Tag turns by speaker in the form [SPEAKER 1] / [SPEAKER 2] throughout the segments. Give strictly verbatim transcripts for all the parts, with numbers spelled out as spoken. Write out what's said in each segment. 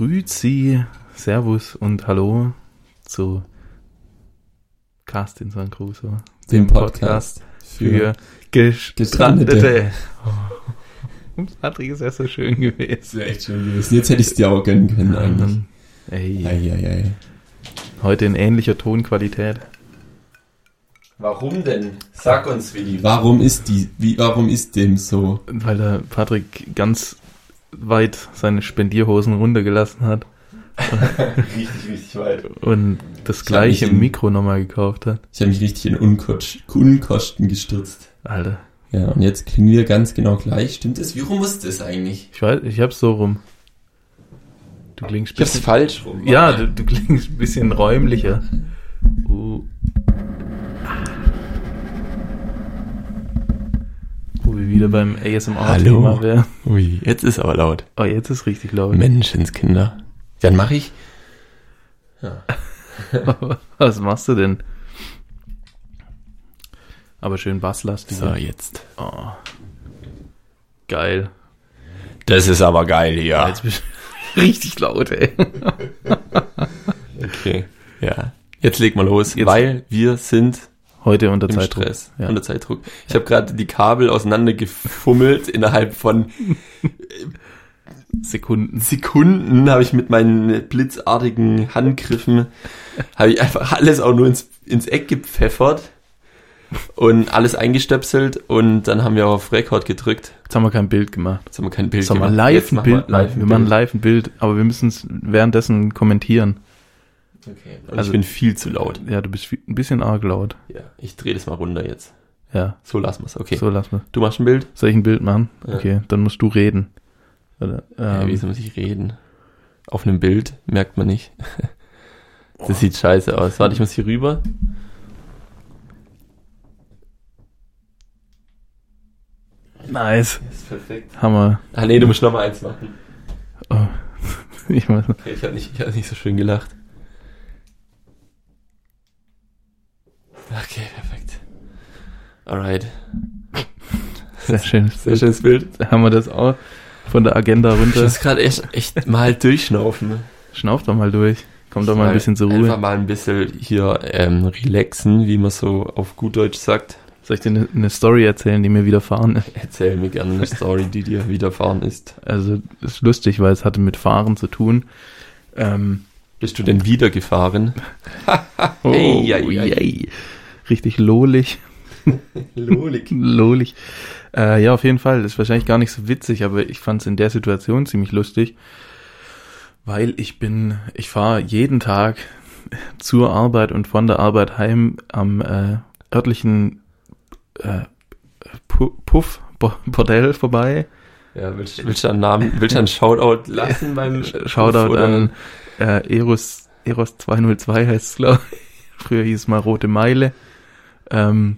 [SPEAKER 1] Grüezi, Servus und Hallo zu Cast in San Crusoe,
[SPEAKER 2] dem Podcast, Podcast
[SPEAKER 1] für Gestrandete. Oh. Patrick ist ja so schön gewesen.
[SPEAKER 2] Das wäre echt schön gewesen. Jetzt hätte ich es dir auch gönnen können eigentlich.
[SPEAKER 1] Ey.
[SPEAKER 2] Ei, ei, ei.
[SPEAKER 1] Heute in ähnlicher Tonqualität.
[SPEAKER 2] Warum denn? Sag uns, Willi. Warum ist die, wie, warum ist dem so?
[SPEAKER 1] Weil der Patrick ganz weit seine Spendierhosen runtergelassen hat.
[SPEAKER 2] richtig, richtig weit.
[SPEAKER 1] Und das gleiche in, Mikro nochmal gekauft hat.
[SPEAKER 2] Ich habe mich richtig in Unkost, Unkosten gestürzt.
[SPEAKER 1] Alter.
[SPEAKER 2] Ja, und jetzt klingen wir ganz genau gleich. Stimmt das? Wie rum ist das eigentlich?
[SPEAKER 1] Ich weiß, ich hab's so rum. Du klingst
[SPEAKER 2] ich hab's falsch rum.
[SPEAKER 1] Ja, du, du klingst ein bisschen räumlicher. Uh. Wo wir wieder beim A S M R-Thema wären.
[SPEAKER 2] Ui, jetzt ist aber laut.
[SPEAKER 1] Oh, jetzt ist richtig laut.
[SPEAKER 2] Menschenskinder. Dann mache ich. Ja.
[SPEAKER 1] Was machst du denn? Aber schön basslastig.
[SPEAKER 2] So, jetzt.
[SPEAKER 1] Oh. Geil.
[SPEAKER 2] Das ist aber geil hier.
[SPEAKER 1] Ja, jetzt bist du richtig laut, ey.
[SPEAKER 2] Okay, ja. Jetzt leg mal los,
[SPEAKER 1] jetzt,
[SPEAKER 2] weil wir sind
[SPEAKER 1] heute unter
[SPEAKER 2] im
[SPEAKER 1] Zeitdruck.
[SPEAKER 2] Stress, ja. Unter Zeitdruck. Ich habe gerade die Kabel auseinandergefummelt innerhalb von
[SPEAKER 1] Sekunden.
[SPEAKER 2] Sekunden habe ich mit meinen blitzartigen Handgriffen habe ich einfach alles auch nur ins, ins Eck gepfeffert und alles eingestöpselt und dann haben wir auf Rekord gedrückt.
[SPEAKER 1] Jetzt haben wir kein Bild gemacht.
[SPEAKER 2] Jetzt haben wir kein Bild
[SPEAKER 1] Jetzt
[SPEAKER 2] gemacht.
[SPEAKER 1] Jetzt live ein Bild.
[SPEAKER 2] Live ein
[SPEAKER 1] wir
[SPEAKER 2] Bild.
[SPEAKER 1] machen live ein Bild, aber wir müssen es währenddessen kommentieren.
[SPEAKER 2] Okay. Und also, ich bin viel zu laut.
[SPEAKER 1] Ja, du bist ein bisschen arg laut.
[SPEAKER 2] Ja, ich drehe das mal runter jetzt.
[SPEAKER 1] Ja.
[SPEAKER 2] So lassen wir es, okay.
[SPEAKER 1] So lassen wir.
[SPEAKER 2] Du machst ein Bild?
[SPEAKER 1] Soll ich ein Bild machen?
[SPEAKER 2] Ja.
[SPEAKER 1] Okay, dann musst du reden. Oder, ähm,
[SPEAKER 2] ja, wieso muss ich reden? Auf einem Bild merkt man nicht. Das oh. sieht scheiße aus. Warte, ich muss hier rüber.
[SPEAKER 1] Nice.
[SPEAKER 2] Das ist perfekt.
[SPEAKER 1] Hammer.
[SPEAKER 2] Ah nee, du musst noch mal eins machen.
[SPEAKER 1] Oh. ich weiß nicht.
[SPEAKER 2] Okay, ich habe nicht, ich hab nicht so schön gelacht. Okay, perfekt. Alright.
[SPEAKER 1] Sehr schönes
[SPEAKER 2] Sehr schönes Bild.
[SPEAKER 1] Haben wir das auch von der Agenda runter.
[SPEAKER 2] Ich muss gerade echt, echt mal durchschnaufen.
[SPEAKER 1] Schnauf doch mal durch. Komm doch mal ein bisschen zur Ruhe.
[SPEAKER 2] Einfach mal ein bisschen hier ähm, relaxen, wie man so auf gut Deutsch sagt.
[SPEAKER 1] Soll ich dir eine, eine Story erzählen, die mir widerfahren ist?
[SPEAKER 2] Erzähl mir gerne eine Story, die dir widerfahren ist.
[SPEAKER 1] Also, das ist lustig, weil es hatte mit Fahren zu tun. Ähm,
[SPEAKER 2] Bist du denn wieder gefahren?
[SPEAKER 1] oh, hey, hey, hey. Richtig lohlig.
[SPEAKER 2] Lohlig.
[SPEAKER 1] Lohlig. Äh, ja, auf jeden Fall. Das ist wahrscheinlich gar nicht so witzig, aber ich fand es in der Situation ziemlich lustig, weil ich bin, ich fahre jeden Tag zur Arbeit und von der Arbeit heim am äh, örtlichen äh, Puff Bordell vorbei.
[SPEAKER 2] Ja, willst, willst du einen Namen, willst du einen Shoutout lassen beim
[SPEAKER 1] Shoutout Puff, an äh, Eros Eros zweihundertzwei heißt es, glaube ich. Früher hieß es mal Rote Meile. Ähm,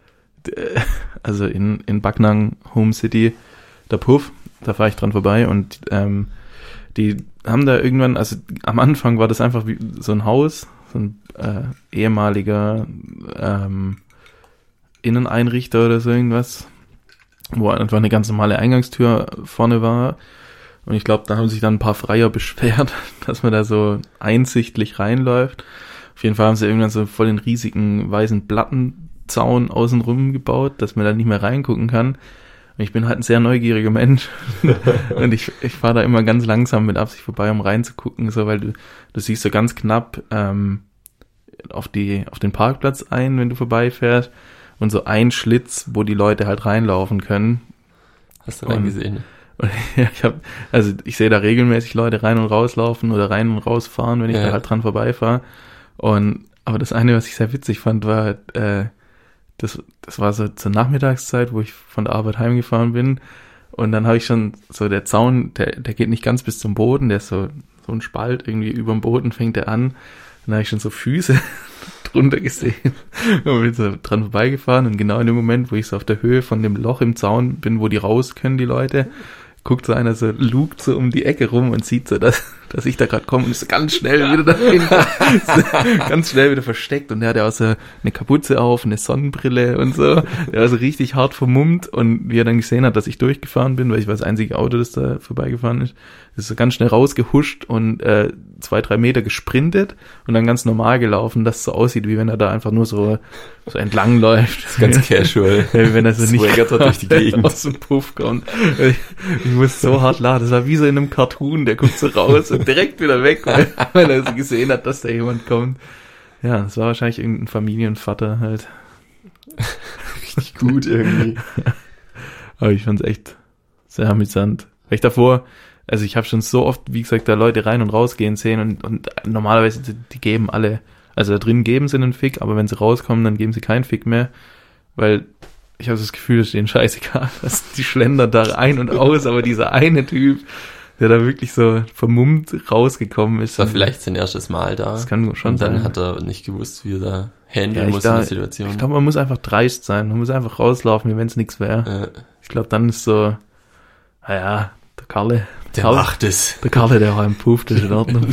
[SPEAKER 1] also in, in Backnang, Home City, der Puff, da fahre ich dran vorbei und ähm, die haben da irgendwann, also am Anfang war das einfach wie so ein Haus, so ein äh, ehemaliger ähm, Inneneinrichter oder so irgendwas, wo einfach eine ganz normale Eingangstür vorne war. Und ich glaube, da haben sich dann ein paar Freier beschwert, dass man da so einsichtlich reinläuft. Auf jeden Fall haben sie irgendwann so voll den riesigen weißen Plattenzaun außenrum gebaut, dass man da nicht mehr reingucken kann. Und ich bin halt ein sehr neugieriger Mensch. Und ich, ich fahre da immer ganz langsam mit Absicht vorbei, um reinzugucken, so, weil du, du siehst so ganz knapp ähm, auf die auf den Parkplatz ein, wenn du vorbeifährst. Und so ein Schlitz, wo die Leute halt reinlaufen können.
[SPEAKER 2] Hast du reingesehen?
[SPEAKER 1] Und, ja, ich hab, also ich sehe da regelmäßig Leute rein und rauslaufen oder rein und rausfahren, wenn ich ja. da halt dran vorbeifahre. Und aber das eine, was ich sehr witzig fand, war, äh, das, das war so zur Nachmittagszeit, wo ich von der Arbeit heimgefahren bin. Und dann habe ich schon so, der Zaun, der, der geht nicht ganz bis zum Boden, der ist so, so ein Spalt, irgendwie über dem Boden fängt der an. Dann habe ich schon so Füße drunter gesehen und bin so dran vorbeigefahren. Und genau in dem Moment, wo ich so auf der Höhe von dem Loch im Zaun bin, wo die raus können, die Leute, guckt so einer so, lugt so um die Ecke rum und sieht so, dass, dass ich da gerade komme und ist so ganz schnell wieder dahin, ganz schnell wieder versteckt und der hatte auch so eine Kapuze auf, eine Sonnenbrille und so. Der war so richtig hart vermummt und wie er dann gesehen hat, dass ich durchgefahren bin, weil ich war das einzige Auto, das da vorbeigefahren ist, ist so ganz schnell rausgehuscht und äh, zwei, drei Meter gesprintet und dann ganz normal gelaufen, dass es so aussieht, wie wenn er da einfach nur so, so entlang läuft.
[SPEAKER 2] Das ist ganz casual.
[SPEAKER 1] Ja, wenn er so nicht
[SPEAKER 2] durch die Gegend
[SPEAKER 1] aus dem Puff kommt. Ich, ich muss so hart lachen. Das war wie so in einem Cartoon, der guckt so raus und direkt wieder weg, weil, weil er so gesehen hat, dass da jemand kommt. Ja, das war wahrscheinlich irgendein Familienvater halt.
[SPEAKER 2] Richtig gut irgendwie.
[SPEAKER 1] Aber ich fand's echt sehr amüsant. Weil ich davor, also ich habe schon so oft, wie gesagt, da Leute rein und rausgehen sehen und, und normalerweise, die, die geben alle, also da drin geben sie einen Fick, aber wenn sie rauskommen, dann geben sie keinen Fick mehr, weil ich habe das Gefühl, es ist denen scheißegal, dass die schlendern da rein und aus, aber dieser eine Typ, der da wirklich so vermummt rausgekommen ist.
[SPEAKER 2] Das war vielleicht sein erstes Mal da.
[SPEAKER 1] Das kann schon
[SPEAKER 2] und dann
[SPEAKER 1] sein.
[SPEAKER 2] hat er nicht gewusst, wie er da handeln
[SPEAKER 1] Ja,
[SPEAKER 2] muss
[SPEAKER 1] da,
[SPEAKER 2] in der Situation.
[SPEAKER 1] Ich glaube, man muss einfach dreist sein. Man muss einfach rauslaufen, wie wenn es nichts wäre.
[SPEAKER 2] Äh,
[SPEAKER 1] Ich glaube, dann ist so, naja, der Karle.
[SPEAKER 2] der
[SPEAKER 1] Karle,
[SPEAKER 2] macht es.
[SPEAKER 1] Der Karle, der war im Puff, das ist in Ordnung.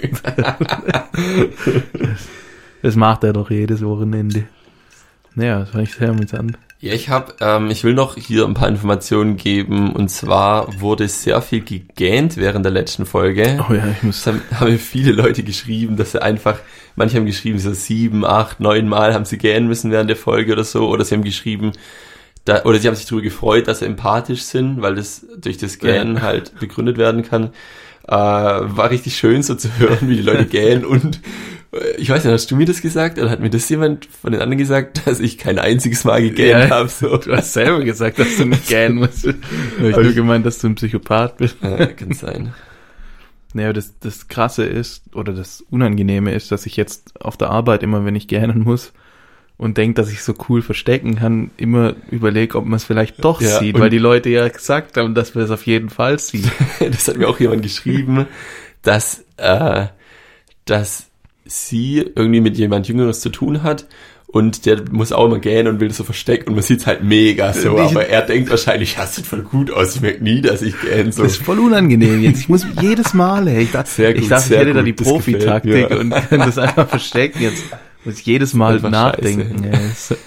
[SPEAKER 1] das, das macht er doch jedes Wochenende. Naja, das war echt sehr amüsant.
[SPEAKER 2] Ja, ich habe, ähm, ich will noch hier ein paar Informationen geben. Und zwar wurde sehr viel gegähnt während der letzten Folge.
[SPEAKER 1] Oh ja, ich muss.
[SPEAKER 2] Das haben, haben mir viele Leute geschrieben, dass sie einfach, manche haben geschrieben, so sieben, acht, neun Mal haben sie gähnen müssen während der Folge oder so. Oder sie haben geschrieben, da, oder sie haben sich darüber gefreut, dass sie empathisch sind, weil das durch das Gähnen ja. halt begründet werden kann. Äh, war richtig schön so zu hören, wie die Leute gähnen und ich weiß nicht, hast du mir das gesagt oder hat mir das jemand von den anderen gesagt, dass ich kein einziges Mal gegähnt ja, habe? So.
[SPEAKER 1] Du hast selber gesagt, dass du nicht gähnen musst. Ich habe nur gemeint, dass du ein Psychopath bist.
[SPEAKER 2] Ja, kann sein.
[SPEAKER 1] Naja, das, das Krasse ist, oder das Unangenehme ist, dass ich jetzt auf der Arbeit immer, wenn ich gähnen muss und denke, dass ich so cool verstecken kann, immer überlege, ob man es vielleicht doch ja, sieht, weil die Leute ja gesagt haben, dass wir es auf jeden Fall sehen.
[SPEAKER 2] Das hat mir auch jemand geschrieben, dass, äh, dass sie irgendwie mit jemand Jüngeres zu tun hat und der muss auch immer gähnen und will das so verstecken und man sieht's halt mega so, ich, aber er denkt wahrscheinlich, ja, das sieht voll gut aus, ich merke nie, dass ich gähne so.
[SPEAKER 1] Das ist voll unangenehm jetzt, ich muss jedes Mal, ey. Ich dachte,
[SPEAKER 2] sehr gut,
[SPEAKER 1] ich, dachte, ich hätte gut, da die Profi-Taktik
[SPEAKER 2] ja.
[SPEAKER 1] und kann das einfach verstecken, jetzt muss ich jedes Mal nachdenken. Ey.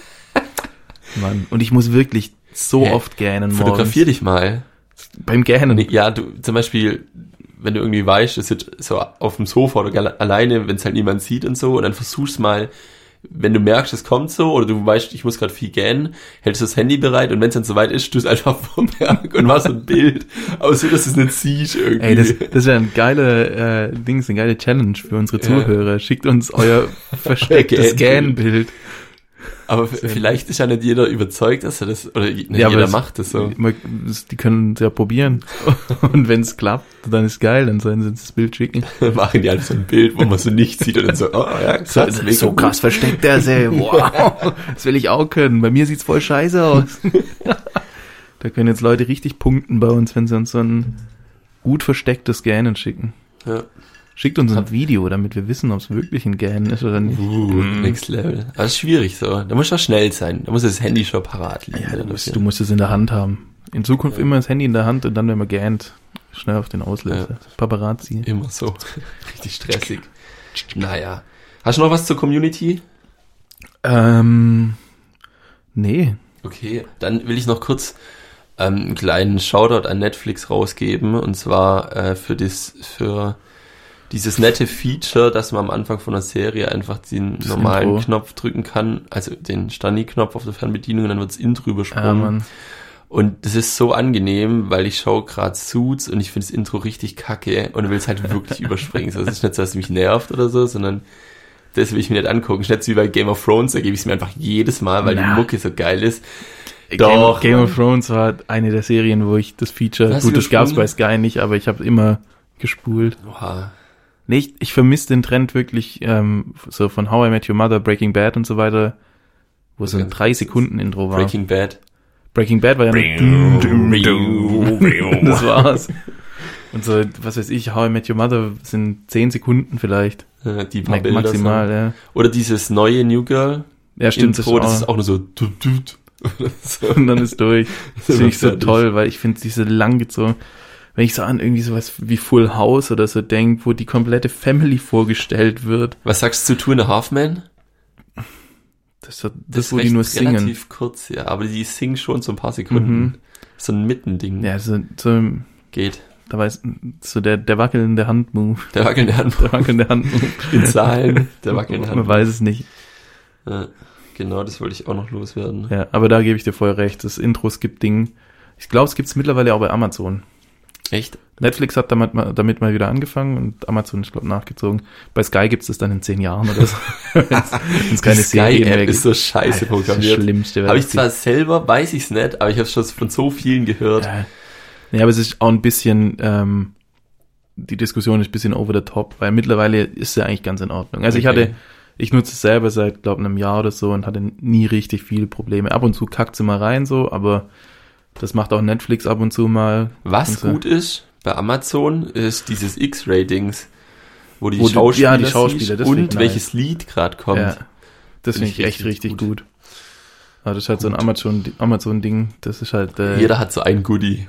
[SPEAKER 1] Mann. Und ich muss wirklich so Hä? oft gähnen morgens.
[SPEAKER 2] Fotografier dich mal.
[SPEAKER 1] Beim Gähnen?
[SPEAKER 2] Ja, du, zum Beispiel, wenn du irgendwie weißt, du sitzt so auf dem Sofa oder alleine, wenn es halt niemand sieht und so, und dann versuchst mal, wenn du merkst, es kommt so, oder du weißt, ich muss gerade viel gähnen, hältst du das Handy bereit und wenn es dann soweit ist, tust du einfach vom Berg und machst ein Bild, aber so, dass du es nicht siehst irgendwie.
[SPEAKER 1] Ey, das, das wäre ein geiler äh, Ding, eine geile Challenge für unsere Zuhörer. Ja. Schickt uns euer verstecktes Gähnbild.
[SPEAKER 2] Aber f- vielleicht ist ja nicht jeder überzeugt, dass er das, oder nicht
[SPEAKER 1] ja,
[SPEAKER 2] jeder
[SPEAKER 1] es,
[SPEAKER 2] macht das so.
[SPEAKER 1] Die können es ja probieren. Und wenn es klappt, dann ist geil, dann sollen sie uns das Bild schicken.
[SPEAKER 2] Machen die halt so ein Bild, wo man so nicht sieht und dann so, oh ja, krass,
[SPEAKER 1] so, so krass versteckt der sich. Wow, das will ich auch können. Bei mir sieht's voll scheiße aus. Da können jetzt Leute richtig punkten bei uns, wenn sie uns so ein gut verstecktes Gähnen schicken.
[SPEAKER 2] Ja.
[SPEAKER 1] Schickt uns ein Video, damit wir wissen, ob es wirklich ein Gähnen ist oder nicht.
[SPEAKER 2] Uh, next level. Aber das ist schwierig so. Da muss ja schnell sein. Da muss das Handy schon parat liegen.
[SPEAKER 1] Ja, du musst, du musst es in der Hand haben. In Zukunft ja. immer das Handy in der Hand und dann, wenn man gähnt, schnell auf den Auslöser. Ja. Paparazzi.
[SPEAKER 2] Immer so. Richtig stressig. Naja. Hast du noch was zur Community?
[SPEAKER 1] Ähm, nee.
[SPEAKER 2] Okay, dann will ich noch kurz ähm, einen kleinen Shoutout an Netflix rausgeben. Und zwar äh, für das, für dieses nette Feature, dass man am Anfang von einer Serie einfach den das normalen Intro. Knopf drücken kann, also den Stani-Knopf auf der Fernbedienung und dann wird's Intro übersprungen. Ja, Mann. Und das ist so angenehm, weil ich schaue gerade Suits und ich finde das Intro richtig kacke und will es halt wirklich überspringen. So, das ist nicht so, dass es mich nervt oder so, sondern das will ich mir nicht angucken. Ist nicht so wie bei Game of Thrones, da gebe ich es mir einfach jedes Mal, weil Na. die Mucke so geil ist.
[SPEAKER 1] Doch, Game, Game of Thrones war eine der Serien, wo ich das Feature, gut, das gab's bei Sky nicht, aber ich habe immer gespult.
[SPEAKER 2] Oha.
[SPEAKER 1] Nee, ich, ich vermisse den Trend wirklich, ähm, so von How I Met Your Mother, Breaking Bad und so weiter, wo so ein drei Sekunden Intro war.
[SPEAKER 2] Breaking Bad.
[SPEAKER 1] Breaking Bad war ja nur das war's. Und so, was weiß ich, How I Met Your Mother sind zehn Sekunden vielleicht.
[SPEAKER 2] Ja, die paar Bilder
[SPEAKER 1] maximal, so. Ja.
[SPEAKER 2] Oder dieses neue New Girl
[SPEAKER 1] ja, stimmt,
[SPEAKER 2] Intro,
[SPEAKER 1] das,
[SPEAKER 2] das ist auch nur so, tut, tut.
[SPEAKER 1] So. Und dann ist durch. Das finde ich so toll, weil ich finde diese langgezogen. wenn ich so an irgendwie sowas wie Full House oder so denke, wo die komplette Family vorgestellt wird.
[SPEAKER 2] Was sagst du zu Two and a Half Men?
[SPEAKER 1] Das, das,
[SPEAKER 2] Das
[SPEAKER 1] wo
[SPEAKER 2] ist
[SPEAKER 1] die nur
[SPEAKER 2] recht-
[SPEAKER 1] singen.
[SPEAKER 2] relativ kurz, ja, aber die singen schon so ein paar Sekunden.
[SPEAKER 1] Mhm.
[SPEAKER 2] So ein Mittending
[SPEAKER 1] Ja, so, so,
[SPEAKER 2] geht.
[SPEAKER 1] da weiß, so der, der wackelnde Handmove.
[SPEAKER 2] Der wackelnde Hand
[SPEAKER 1] Der wackelnde Handmove.
[SPEAKER 2] in Zahlen, der wackelnde
[SPEAKER 1] Man
[SPEAKER 2] Hand.
[SPEAKER 1] weiß es nicht.
[SPEAKER 2] Ja, genau, das wollte ich auch noch loswerden.
[SPEAKER 1] Ja, aber da gebe ich dir voll recht. Das Intro-Skip-Ding. Ich glaube, es gibt's mittlerweile auch bei Amazon.
[SPEAKER 2] Echt?
[SPEAKER 1] Netflix hat damit mal, damit mal wieder angefangen und Amazon ist, glaube ich, nachgezogen. Bei Sky gibt's das dann in zehn Jahren oder so. Wenn's keine
[SPEAKER 2] Die
[SPEAKER 1] Serie mehr
[SPEAKER 2] Sky-App
[SPEAKER 1] gibt.
[SPEAKER 2] ist so scheiße
[SPEAKER 1] Das
[SPEAKER 2] programmiert.
[SPEAKER 1] Schlimmste.
[SPEAKER 2] Habe ich zwar selber, weiß ich es nicht, aber ich habe es schon von so vielen gehört.
[SPEAKER 1] Ja. ja, aber es ist auch ein bisschen, ähm, die Diskussion ist ein bisschen over the top, weil mittlerweile ist ja eigentlich ganz in Ordnung. Also ich
[SPEAKER 2] Okay.
[SPEAKER 1] hatte, ich nutze es selber seit, glaube ich, einem Jahr oder so und hatte nie richtig viele Probleme. Ab und zu kackt sie mal rein so, aber das macht auch Netflix ab und zu mal.
[SPEAKER 2] Was
[SPEAKER 1] Und so.
[SPEAKER 2] gut ist bei Amazon, ist dieses X-Ratings, wo du die
[SPEAKER 1] Wo du-
[SPEAKER 2] Schauspieler,
[SPEAKER 1] ja, die Schauspieler,
[SPEAKER 2] siehst
[SPEAKER 1] das find
[SPEAKER 2] und
[SPEAKER 1] ich
[SPEAKER 2] welches Lied gerade kommt.
[SPEAKER 1] Ja, das finde
[SPEAKER 2] Find
[SPEAKER 1] ich
[SPEAKER 2] ich
[SPEAKER 1] echt
[SPEAKER 2] richtig
[SPEAKER 1] richtig gut. Aber das ist halt so ein Amazon, Amazon-Ding, das ist halt, äh,
[SPEAKER 2] Jeder hat so ein Goodie.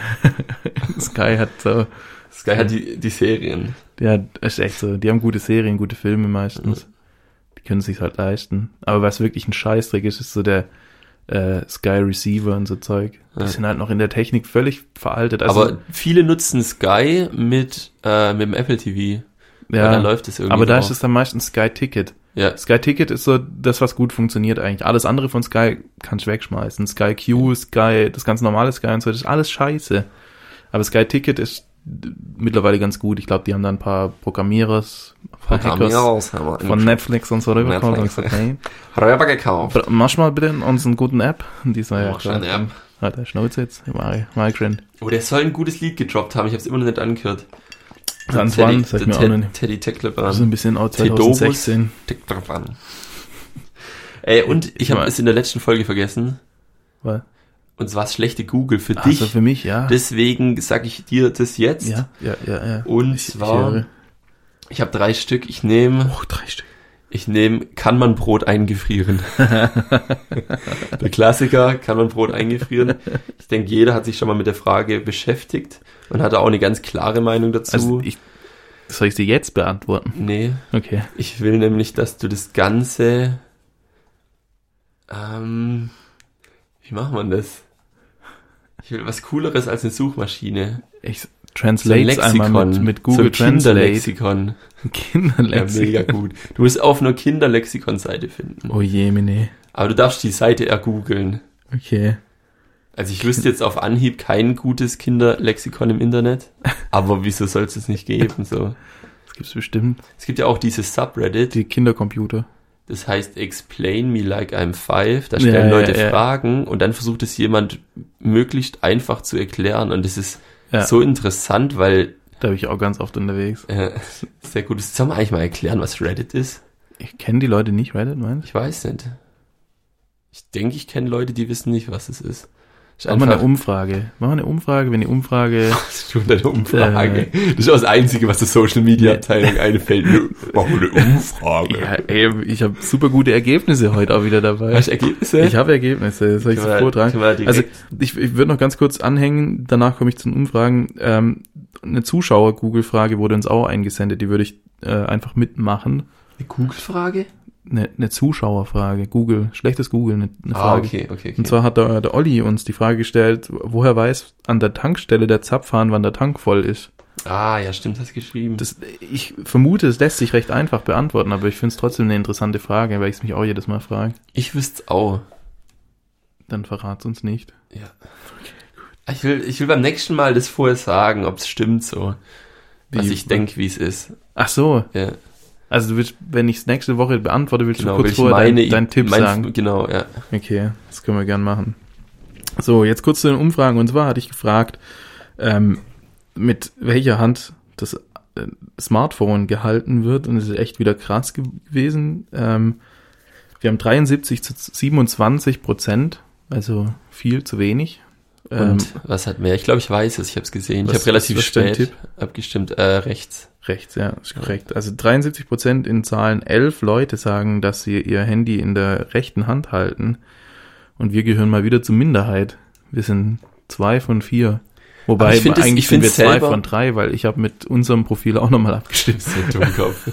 [SPEAKER 1] Sky hat so,
[SPEAKER 2] Sky hat die, die Serien.
[SPEAKER 1] ja, das ist echt so, die haben gute Serien, gute Filme meistens. Die können sich halt leisten. Aber was wirklich ein Scheißdreck ist, ist so der äh, Sky Receiver und so Zeug. Die
[SPEAKER 2] Ja.
[SPEAKER 1] sind halt noch in der Technik völlig veraltet. Also,
[SPEAKER 2] Aber viele nutzen Sky mit, äh, mit dem Apple T V. Weil da
[SPEAKER 1] ja,
[SPEAKER 2] läuft es irgendwie
[SPEAKER 1] aber da
[SPEAKER 2] drauf.
[SPEAKER 1] ist es dann meistens Sky Ticket.
[SPEAKER 2] Ja,
[SPEAKER 1] Sky Ticket ist so das, was gut funktioniert eigentlich. Alles andere von Sky kannst du wegschmeißen. Sky Q, Sky, das ganz normale Sky und so, das ist alles scheiße. Aber Sky Ticket ist d- mittlerweile ganz gut. Ich glaube, die haben da ein paar Programmierers, ein paar Hackers von Netflix und so rübergekommen und
[SPEAKER 2] Netflix.
[SPEAKER 1] gesagt, hey,
[SPEAKER 2] Röber gekauft.
[SPEAKER 1] br- mach mal bitte uns einen guten App. Und die so, ja,
[SPEAKER 2] Mach schon eine App.
[SPEAKER 1] Hat der Schnauze jetzt. Mari, Mari Grand.
[SPEAKER 2] Oh, der soll ein gutes Lied gedroppt haben. Ich habe es immer noch nicht angehört.
[SPEAKER 1] Ganz wann, sag ich mir auch noch nicht.
[SPEAKER 2] Teddy Teckleban.
[SPEAKER 1] So ein bisschen auch
[SPEAKER 2] Tedobus.
[SPEAKER 1] zwanzig sechzehn.
[SPEAKER 2] Teckleban. Ey, und ich habe
[SPEAKER 1] Ja.
[SPEAKER 2] es in der letzten Folge vergessen.
[SPEAKER 1] Was?
[SPEAKER 2] Und zwar das schlechte Google für
[SPEAKER 1] Also
[SPEAKER 2] dich.
[SPEAKER 1] für mich, ja.
[SPEAKER 2] Deswegen sage ich dir das jetzt.
[SPEAKER 1] Ja, ja, ja, ja.
[SPEAKER 2] Und
[SPEAKER 1] Ich- ich
[SPEAKER 2] zwar,
[SPEAKER 1] höre.
[SPEAKER 2] ich habe drei Stück. Ich nehme,
[SPEAKER 1] Oh, drei Stück.
[SPEAKER 2] ich nehme, kann man Brot eingefrieren? Der Klassiker, kann man Brot eingefrieren? Ich denke, jeder hat sich schon mal mit der Frage beschäftigt und hat auch eine ganz klare Meinung dazu.
[SPEAKER 1] Also ich, soll ich sie jetzt beantworten?
[SPEAKER 2] nee,
[SPEAKER 1] Okay.
[SPEAKER 2] ich will nämlich, dass du das Ganze, ähm, wie macht man das? Ich will was Cooleres als eine Suchmaschine.
[SPEAKER 1] Ich
[SPEAKER 2] So ein
[SPEAKER 1] translate einmal mit, mit Google
[SPEAKER 2] so ein
[SPEAKER 1] Translate.
[SPEAKER 2] Kinderlexikon. Ja,
[SPEAKER 1] Kinderlexikon.
[SPEAKER 2] mega gut. Du musst auf einer Kinderlexikon-Seite finden.
[SPEAKER 1] Oh je, mene.
[SPEAKER 2] Aber du darfst die Seite ergoogeln.
[SPEAKER 1] Okay.
[SPEAKER 2] Also ich wüsste jetzt auf Anhieb kein gutes Kinderlexikon im Internet. Aber wieso soll es das nicht geben? So.
[SPEAKER 1] Das gibt's bestimmt.
[SPEAKER 2] Es gibt ja auch dieses Subreddit,
[SPEAKER 1] Die Kindercomputer.
[SPEAKER 2] das heißt Explain Me Like I'm Five. Da stellen
[SPEAKER 1] Ja,
[SPEAKER 2] Leute
[SPEAKER 1] ja, ja.
[SPEAKER 2] Fragen und dann versucht es jemand möglichst einfach zu erklären. Und das ist
[SPEAKER 1] Ja.
[SPEAKER 2] so interessant, weil
[SPEAKER 1] Da bin ich auch ganz oft unterwegs.
[SPEAKER 2] äh, sehr gut ist. Sollen wir eigentlich mal erklären, was Reddit ist?
[SPEAKER 1] Ich kenne die Leute nicht, Reddit, meinst
[SPEAKER 2] Ich weiß nicht. Ich denke, ich kenne Leute, die wissen nicht, was es ist. Ist
[SPEAKER 1] du? Machen wir eine Umfrage. Machen wir eine Umfrage, wenn die Umfrage...
[SPEAKER 2] Du eine Umfrage. Das ist auch das Einzige, was der Social Media Abteilung einfällt. Machen wir eine Umfrage.
[SPEAKER 1] Ja, ey, ich habe super gute Ergebnisse heute auch wieder dabei.
[SPEAKER 2] Hast du Ergebnisse?
[SPEAKER 1] Ich habe Ergebnisse, soll ich sie
[SPEAKER 2] Können wir-
[SPEAKER 1] vortragen?
[SPEAKER 2] können wir direkt-
[SPEAKER 1] Also ich, ich würde noch ganz kurz anhängen, danach komme ich zu den Umfragen. Ähm, eine Zuschauer-Google-Frage wurde uns auch eingesendet, die würde ich äh, einfach mitmachen.
[SPEAKER 2] Eine Google-Frage?
[SPEAKER 1] Eine, eine Zuschauerfrage, Google, schlechtes Google, eine, eine
[SPEAKER 2] Ah,
[SPEAKER 1] Frage.
[SPEAKER 2] okay, okay, okay.
[SPEAKER 1] Und zwar hat der, der Olli uns die Frage gestellt, woher weiß an der Tankstelle der Zapfhahn, wann der Tank voll ist.
[SPEAKER 2] ah, ja, stimmt, hast geschrieben.
[SPEAKER 1] Das, ich vermute, es lässt sich recht einfach beantworten, aber ich finde es trotzdem eine interessante Frage, weil ich es mich auch jedes Mal frage.
[SPEAKER 2] Ich wüsste auch.
[SPEAKER 1] Dann verrat's uns nicht.
[SPEAKER 2] Ja. Ich will, ich will beim nächsten Mal das vorher sagen, ob es stimmt so. Was
[SPEAKER 1] Wie-
[SPEAKER 2] ich denke, wie es ist.
[SPEAKER 1] Ach so,
[SPEAKER 2] Ja,
[SPEAKER 1] also du willst, wenn ich es nächste Woche beantworte, willst
[SPEAKER 2] genau,
[SPEAKER 1] du
[SPEAKER 2] will
[SPEAKER 1] kurz
[SPEAKER 2] ich
[SPEAKER 1] vorher
[SPEAKER 2] meine,
[SPEAKER 1] deinen dein Tipp
[SPEAKER 2] mein,
[SPEAKER 1] sagen.
[SPEAKER 2] Genau, ja.
[SPEAKER 1] Okay, das können wir gern machen. So, jetzt kurz zu den Umfragen. Und zwar hatte ich gefragt, ähm, mit welcher Hand das äh, Smartphone gehalten wird. Und es ist echt wieder krass ge- gewesen. Ähm, wir haben dreiundsiebzig zu siebenundzwanzig Prozent, also viel zu wenig. Ähm,
[SPEAKER 2] Und was hat mehr? Ich glaube, ich weiß es, ich habe es gesehen.
[SPEAKER 1] was-
[SPEAKER 2] ich habe relativ
[SPEAKER 1] was ist dein
[SPEAKER 2] spät
[SPEAKER 1] Tipp?
[SPEAKER 2] abgestimmt. Äh, rechts.
[SPEAKER 1] Rechts, ja, ist korrekt. Also dreiundsiebzig Prozent in Zahlen, elf Leute sagen, dass sie ihr Handy in der rechten Hand halten. Und wir gehören mal wieder zur Minderheit. Wir sind zwei von vier. Wobei
[SPEAKER 2] ich find das-
[SPEAKER 1] eigentlich
[SPEAKER 2] ich
[SPEAKER 1] sind wir
[SPEAKER 2] find's
[SPEAKER 1] zwei
[SPEAKER 2] selber-
[SPEAKER 1] von drei, weil ich habe mit unserem Profil auch nochmal abgestimmt.
[SPEAKER 2] So ein Dummkopf.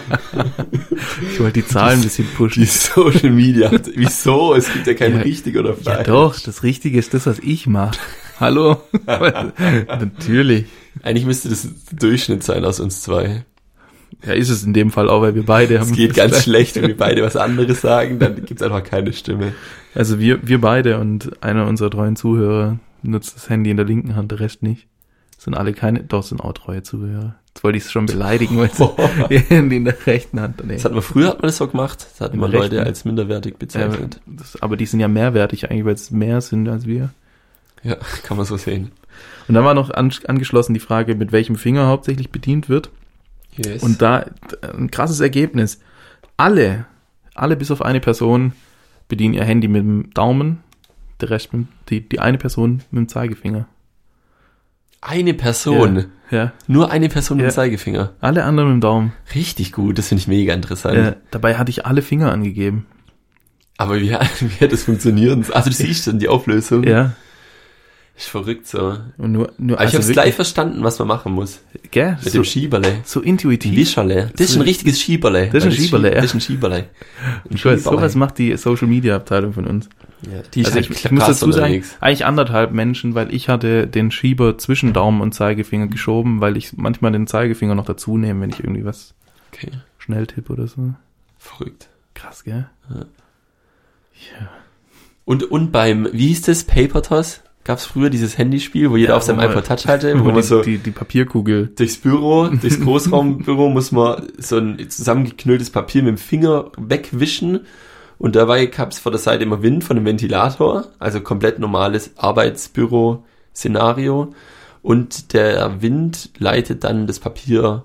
[SPEAKER 1] Ich wollte die Zahlen ein bisschen pushen.
[SPEAKER 2] Die Social Media. Wieso? Es gibt ja kein
[SPEAKER 1] Ja,
[SPEAKER 2] richtig oder falsch.
[SPEAKER 1] Ja doch, das Richtige ist das, was ich mache. Hallo? Natürlich.
[SPEAKER 2] Eigentlich müsste das der Durchschnitt sein aus uns zwei.
[SPEAKER 1] Ja, ist es in dem Fall auch, weil wir beide haben.
[SPEAKER 2] Es geht ganz schlecht, wenn wir beide was anderes sagen, dann gibt's einfach keine Stimme.
[SPEAKER 1] Also wir, wir beide und einer unserer treuen Zuhörer nutzt das Handy in der linken Hand, der Rest nicht. Sind alle keine, doch sind auch treue Zuhörer. Jetzt wollte ich es schon beleidigen, weil es ihr Handy in der rechten Hand. Nee.
[SPEAKER 2] Das hat man früher hat man das so gemacht. Das hat
[SPEAKER 1] In
[SPEAKER 2] man
[SPEAKER 1] der
[SPEAKER 2] Leute
[SPEAKER 1] rechten.
[SPEAKER 2] als minderwertig bezeichnet.
[SPEAKER 1] Ja, das, aber die sind ja mehrwertig eigentlich, weil es mehr sind als wir.
[SPEAKER 2] Ja, kann man so sehen.
[SPEAKER 1] Und dann war noch an, angeschlossen die Frage, mit welchem Finger hauptsächlich bedient wird.
[SPEAKER 2] Yes.
[SPEAKER 1] Und da ein krasses Ergebnis. Alle, alle bis auf eine Person bedienen ihr Handy mit dem Daumen, der Rest mit, die, die eine Person mit dem Zeigefinger.
[SPEAKER 2] Eine Person.
[SPEAKER 1] Ja, ja.
[SPEAKER 2] Nur eine Person mit
[SPEAKER 1] Ja.
[SPEAKER 2] dem Zeigefinger.
[SPEAKER 1] Alle anderen mit dem Daumen.
[SPEAKER 2] Richtig gut, das finde ich mega interessant.
[SPEAKER 1] Äh, dabei hatte ich alle Finger angegeben.
[SPEAKER 2] Aber wie, wie hat das funktioniert? Also du siehst schon die Auflösung.
[SPEAKER 1] Ja.
[SPEAKER 2] Ist verrückt so.
[SPEAKER 1] Und nur, nur
[SPEAKER 2] Aber ich
[SPEAKER 1] also
[SPEAKER 2] habe
[SPEAKER 1] wirklich-
[SPEAKER 2] gleich verstanden, was man machen muss.
[SPEAKER 1] Gell?
[SPEAKER 2] Mit
[SPEAKER 1] So,
[SPEAKER 2] dem Schieberle.
[SPEAKER 1] so intuitiv.
[SPEAKER 2] Wischerle. Das ist ein richtiges Schieberle.
[SPEAKER 1] Das ist ein Schieberle, ja.
[SPEAKER 2] Das ist ein Schieberle. Ein
[SPEAKER 1] Ich weiß,
[SPEAKER 2] Schieberle.
[SPEAKER 1] sowas macht die Social Media Abteilung von uns.
[SPEAKER 2] Ja, die ist
[SPEAKER 1] Also ich,
[SPEAKER 2] halt
[SPEAKER 1] ich muss
[SPEAKER 2] krass
[SPEAKER 1] dazu sagen,
[SPEAKER 2] unterwegs.
[SPEAKER 1] eigentlich anderthalb Menschen, weil ich hatte den Schieber zwischen Daumen und Zeigefinger geschoben, weil ich manchmal den Zeigefinger noch dazu nehme, wenn ich irgendwie was
[SPEAKER 2] Okay,
[SPEAKER 1] schnell tippe oder so.
[SPEAKER 2] verrückt.
[SPEAKER 1] Krass, gell?
[SPEAKER 2] Ja.
[SPEAKER 1] Ja.
[SPEAKER 2] Und, und beim, wie hieß das, Paper Toss? Gab's früher dieses Handyspiel, wo jeder
[SPEAKER 1] Ja,
[SPEAKER 2] auf seinem
[SPEAKER 1] wo man-
[SPEAKER 2] iPod Touch hatte,
[SPEAKER 1] Wo
[SPEAKER 2] wo man
[SPEAKER 1] die,
[SPEAKER 2] so
[SPEAKER 1] die, die Papierkugel.
[SPEAKER 2] durchs Büro, durchs Großraumbüro muss man so ein zusammengeknülltes Papier mit dem Finger wegwischen und dabei gab's vor der Seite immer Wind von dem Ventilator, also komplett normales Arbeitsbüro-Szenario und der Wind leitet dann das Papier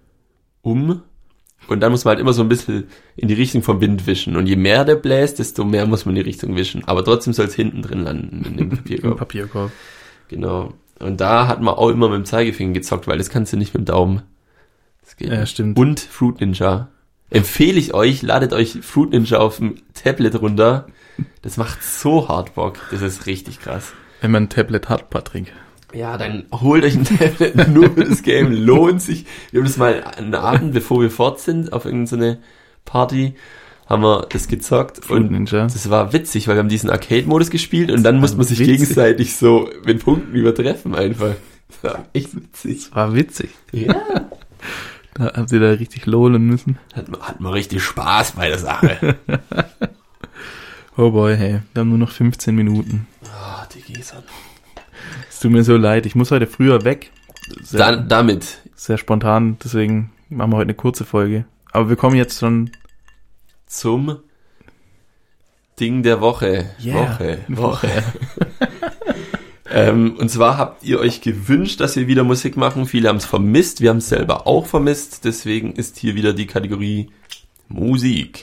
[SPEAKER 2] um und dann muss man halt immer so ein bisschen in die Richtung vom Wind wischen und je mehr der bläst, desto mehr muss man in die Richtung wischen, aber trotzdem soll es hinten drin landen in dem
[SPEAKER 1] Im
[SPEAKER 2] Papierkorb.
[SPEAKER 1] Papierkorb.
[SPEAKER 2] Genau. Und da hat man auch immer mit dem Zeigefinger gezockt, weil das kannst du nicht mit dem Daumen. Das geht
[SPEAKER 1] Ja,
[SPEAKER 2] nicht.
[SPEAKER 1] stimmt.
[SPEAKER 2] Und Fruit Ninja. Empfehle ich euch, ladet euch Fruit Ninja auf dem Tablet runter. Das macht so hart Bock. Das ist richtig krass.
[SPEAKER 1] Wenn man ein Tablet hat, Patrick.
[SPEAKER 2] Ja, dann holt euch ein Tablet nur für das Game. Lohnt sich. Wir haben das mal einen Abend, bevor wir fort sind, auf irgendeine Party, haben wir das gezockt.
[SPEAKER 1] Fruit
[SPEAKER 2] Und
[SPEAKER 1] Ninja.
[SPEAKER 2] das war witzig, weil wir haben diesen Arcade-Modus gespielt und dann musste man sich
[SPEAKER 1] witzig.
[SPEAKER 2] gegenseitig so mit Punkten übertreffen einfach. Das war echt witzig.
[SPEAKER 1] Das war witzig.
[SPEAKER 2] Ja.
[SPEAKER 1] Da habt ihr da richtig lohnen müssen.
[SPEAKER 2] Hat man, hat man richtig Spaß bei der Sache.
[SPEAKER 1] Oh boy, hey. Wir haben nur noch fünfzehn Minuten.
[SPEAKER 2] Ah, die Gießern.
[SPEAKER 1] Es tut mir so leid. Ich muss heute früher weg. Sehr,
[SPEAKER 2] Dann, damit.
[SPEAKER 1] sehr spontan. Deswegen machen wir heute eine kurze Folge. Aber wir kommen jetzt schon.
[SPEAKER 2] Zum Ding der Woche.
[SPEAKER 1] Yeah.
[SPEAKER 2] Woche. Woche. ähm, und zwar habt ihr euch gewünscht, dass wir wieder Musik machen. Viele haben es vermisst. Wir haben es selber auch vermisst. Deswegen ist hier wieder die Kategorie Musik.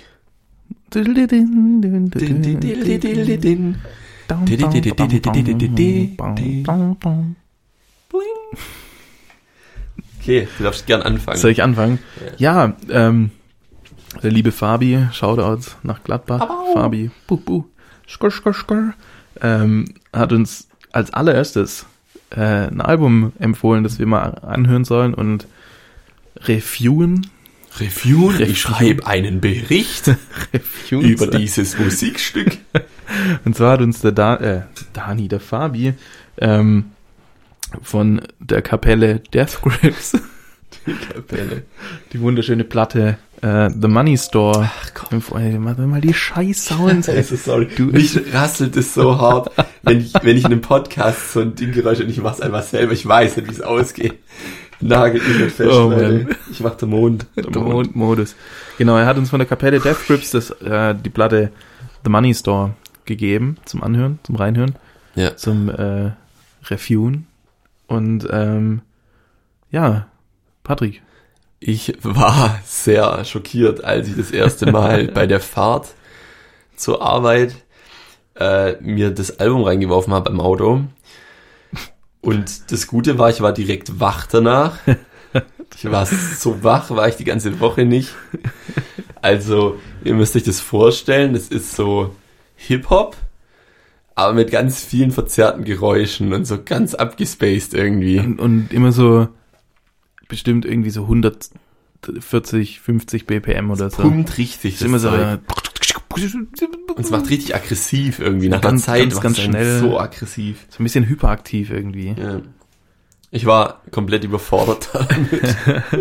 [SPEAKER 2] Okay, du darfst gern anfangen.
[SPEAKER 1] Soll ich anfangen? Ja, ähm, der liebe Fabi, Shoutouts nach Gladbach.
[SPEAKER 2] Abau.
[SPEAKER 1] Fabi, buh, buh, skr, skr, skr, ähm, hat uns als allererstes äh, ein Album empfohlen, das wir mal anhören sollen und reviewen.
[SPEAKER 2] Reviewen?
[SPEAKER 1] Review.
[SPEAKER 2] Ich schreibe einen Bericht
[SPEAKER 1] reviewen
[SPEAKER 2] über
[SPEAKER 1] sollen.
[SPEAKER 2] dieses Musikstück.
[SPEAKER 1] Und zwar hat uns der da äh, Dani, der Fabi, ähm, von der Kapelle Death Grips,
[SPEAKER 2] Kapelle.
[SPEAKER 1] die wunderschöne Platte äh, The Money Store.
[SPEAKER 2] Ach komm.
[SPEAKER 1] Ey, mach doch mal die scheiß Sounds. ey.
[SPEAKER 2] Also, sorry.
[SPEAKER 1] Du-
[SPEAKER 2] Mich rasselt es so hart, wenn ich, wenn ich in einem Podcast so ein Ding geräusche und ich mach's einfach selber. Ich weiß nicht, wie es ausgeht. Nagelt mich nicht fest,
[SPEAKER 1] Oh,
[SPEAKER 2] Leute.
[SPEAKER 1] Mann.
[SPEAKER 2] Ich mach den Mond. Der
[SPEAKER 1] Der Mondmodus. Genau, er hat uns von der Kapelle Death Grips das, äh, die Platte The Money Store gegeben zum Anhören, zum Reinhören,
[SPEAKER 2] Ja.
[SPEAKER 1] zum äh, Reviewen. Und ähm, ja, Patrick.
[SPEAKER 2] Ich war sehr schockiert, als ich das erste Mal bei der Fahrt zur Arbeit äh, mir das Album reingeworfen habe im Auto. Und das Gute war, ich war direkt wach danach. Ich war so wach, war ich die ganze Woche nicht. Also, ihr müsst euch das vorstellen, das ist so Hip-Hop, aber mit ganz vielen verzerrten Geräuschen und so ganz abgespaced irgendwie.
[SPEAKER 1] Und, und immer so, bestimmt irgendwie so hundertvierzig, fünfzig B P M oder so.
[SPEAKER 2] Pumpt richtig.
[SPEAKER 1] Das ist immer so,
[SPEAKER 2] Zeug. Und es macht richtig aggressiv irgendwie. Nach
[SPEAKER 1] ganz,
[SPEAKER 2] einer Zeit
[SPEAKER 1] ganz, ganz
[SPEAKER 2] macht es
[SPEAKER 1] schnell.
[SPEAKER 2] so aggressiv.
[SPEAKER 1] So ein bisschen hyperaktiv irgendwie.
[SPEAKER 2] Ja. Ich war komplett überfordert damit.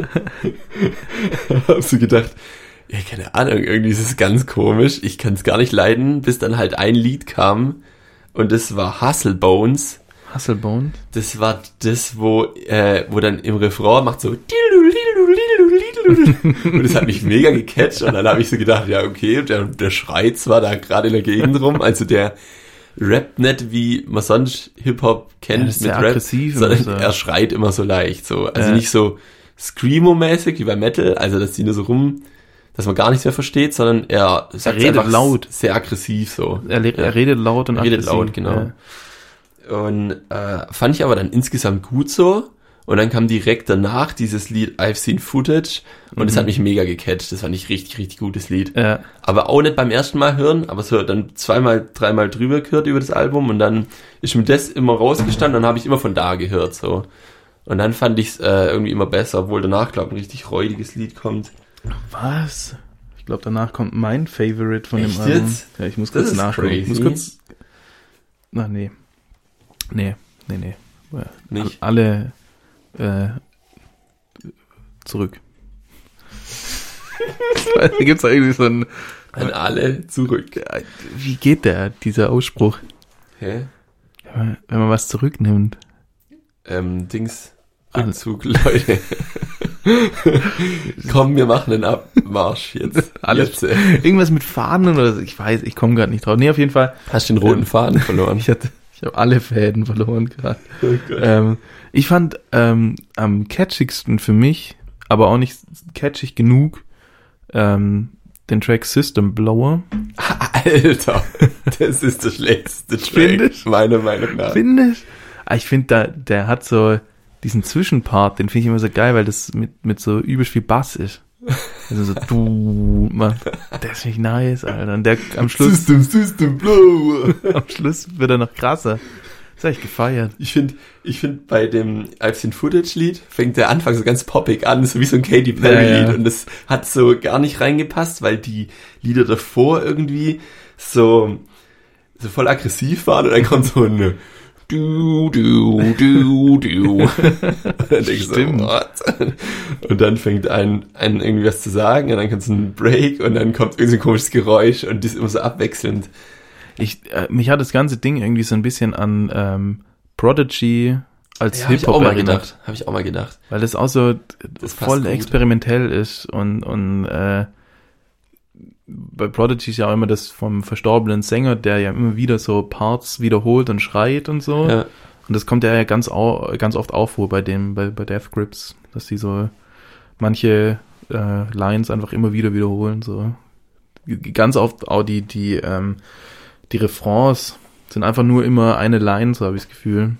[SPEAKER 2] Hab so gedacht, ja, keine Ahnung, irgendwie ist es ganz komisch. Ich kann es gar nicht leiden, bis dann halt ein Lied kam und das war Hustle Bones.
[SPEAKER 1] Hustle Bones?
[SPEAKER 2] Das war das, wo äh, wo dann im Refrain macht so und das hat mich mega gecatcht und dann habe ich so gedacht, ja okay, der, der schreit zwar da gerade in der Gegend rum, also der rappt nicht, wie man sonst Hip-Hop kennt
[SPEAKER 1] ja,
[SPEAKER 2] mit Rap,
[SPEAKER 1] aggressiv
[SPEAKER 2] sondern
[SPEAKER 1] so.
[SPEAKER 2] Er schreit immer so leicht, so. Also
[SPEAKER 1] ja.
[SPEAKER 2] nicht so Screamo-mäßig wie bei Metal, also dass die nur so rum, dass man gar nichts mehr versteht, sondern er sagt
[SPEAKER 1] er redet
[SPEAKER 2] einfach
[SPEAKER 1] laut.
[SPEAKER 2] Sehr aggressiv so.
[SPEAKER 1] Er, le- er redet laut und
[SPEAKER 2] er redet
[SPEAKER 1] aggressiv.
[SPEAKER 2] laut, genau.
[SPEAKER 1] Ja.
[SPEAKER 2] Und äh, fand ich aber dann insgesamt gut so. Und dann kam direkt danach dieses Lied I've Seen Footage und
[SPEAKER 1] Mhm.
[SPEAKER 2] das hat mich mega gecatcht. Das fand ich richtig, richtig gutes Lied.
[SPEAKER 1] Ja.
[SPEAKER 2] Aber auch nicht beim ersten Mal hören, aber so dann zweimal, dreimal drüber gehört über das Album und dann ist mir das immer rausgestanden und dann habe ich immer von da gehört so. Und dann fand ich es äh, irgendwie immer besser, obwohl danach, glaube ich, ein richtig räudiges Lied kommt.
[SPEAKER 1] Was? Ich glaube, danach kommt mein Favorite von
[SPEAKER 2] Echt
[SPEAKER 1] dem Album.
[SPEAKER 2] jetzt?
[SPEAKER 1] Ja, ich muss
[SPEAKER 2] Das
[SPEAKER 1] kurz
[SPEAKER 2] ist
[SPEAKER 1] nachschauen. Ich muss
[SPEAKER 2] crazy.
[SPEAKER 1] kurz... Na, nee. Nee, nee, nee. Ja,
[SPEAKER 2] Nicht?
[SPEAKER 1] Alle äh, zurück. Da gibt's da irgendwie so ein...
[SPEAKER 2] An alle zurück.
[SPEAKER 1] Wie geht der, dieser Ausspruch?
[SPEAKER 2] Hä?
[SPEAKER 1] Wenn man, wenn man was zurücknimmt.
[SPEAKER 2] Ähm, Dings, Rückzug, Leute. Komm, wir machen einen Abmarsch jetzt.
[SPEAKER 1] Alles.
[SPEAKER 2] Jetzt, äh.
[SPEAKER 1] Irgendwas mit Faden oder so. Ich weiß, ich komme gerade nicht drauf. Nee, auf jeden Fall.
[SPEAKER 2] Hast den roten
[SPEAKER 1] Ähm,
[SPEAKER 2] Faden verloren.
[SPEAKER 1] Ich hatte, ich habe alle Fäden verloren gerade.
[SPEAKER 2] Oh Gott.
[SPEAKER 1] ähm, ich fand ähm, am catchigsten für mich, aber auch nicht catchig genug, ähm, den Track System Blower.
[SPEAKER 2] Alter, das ist der schlechteste Track,
[SPEAKER 1] Findest?
[SPEAKER 2] meiner Meinung nach.
[SPEAKER 1] Findest? Ah, ich finde, da, der hat so diesen Zwischenpart, den finde ich immer so geil, weil das mit, mit so übelst viel Bass ist. Also so, du, man, der ist nicht nice, Alter. Und der am Schluss,
[SPEAKER 2] System, System, Blow.
[SPEAKER 1] am Schluss wird er noch krasser. Das hab ich gefeiert.
[SPEAKER 2] Ich finde, ich find bei dem I've Seen Footage Lied fängt der Anfang so ganz poppig an, so wie so ein Katy Perry Lied.
[SPEAKER 1] Ja, ja.
[SPEAKER 2] Und das hat so gar nicht reingepasst, weil die Lieder davor irgendwie so, so voll aggressiv waren und dann kommt so ein du, du, du, du. Und dann denke ich so,
[SPEAKER 1] Stimmt.
[SPEAKER 2] what? Und dann fängt ein, ein irgendwie was zu sagen und dann kommt so ein Break und dann kommt irgendwie so ein komisches Geräusch und das ist immer so abwechselnd.
[SPEAKER 1] Ich, äh, mich hat das ganze Ding irgendwie so ein bisschen an ähm, Prodigy als
[SPEAKER 2] Ja, hab ich
[SPEAKER 1] Hip-Hop
[SPEAKER 2] auch mal
[SPEAKER 1] erinnert.
[SPEAKER 2] gedacht. Habe ich auch mal gedacht.
[SPEAKER 1] Weil das auch so
[SPEAKER 2] Das passt
[SPEAKER 1] voll
[SPEAKER 2] gut.
[SPEAKER 1] experimentell ist und, und äh, bei Prodigy ist ja auch immer das vom verstorbenen Sänger, der ja immer wieder so Parts wiederholt und schreit und so.
[SPEAKER 2] Ja.
[SPEAKER 1] Und das kommt ja ganz, au, ganz oft auch vor bei dem, bei, bei Death Grips, dass die so manche äh, Lines einfach immer wieder wiederholen. So ganz oft auch die, die, ähm, die Refrains sind einfach nur immer eine Line, so habe ich das Gefühl.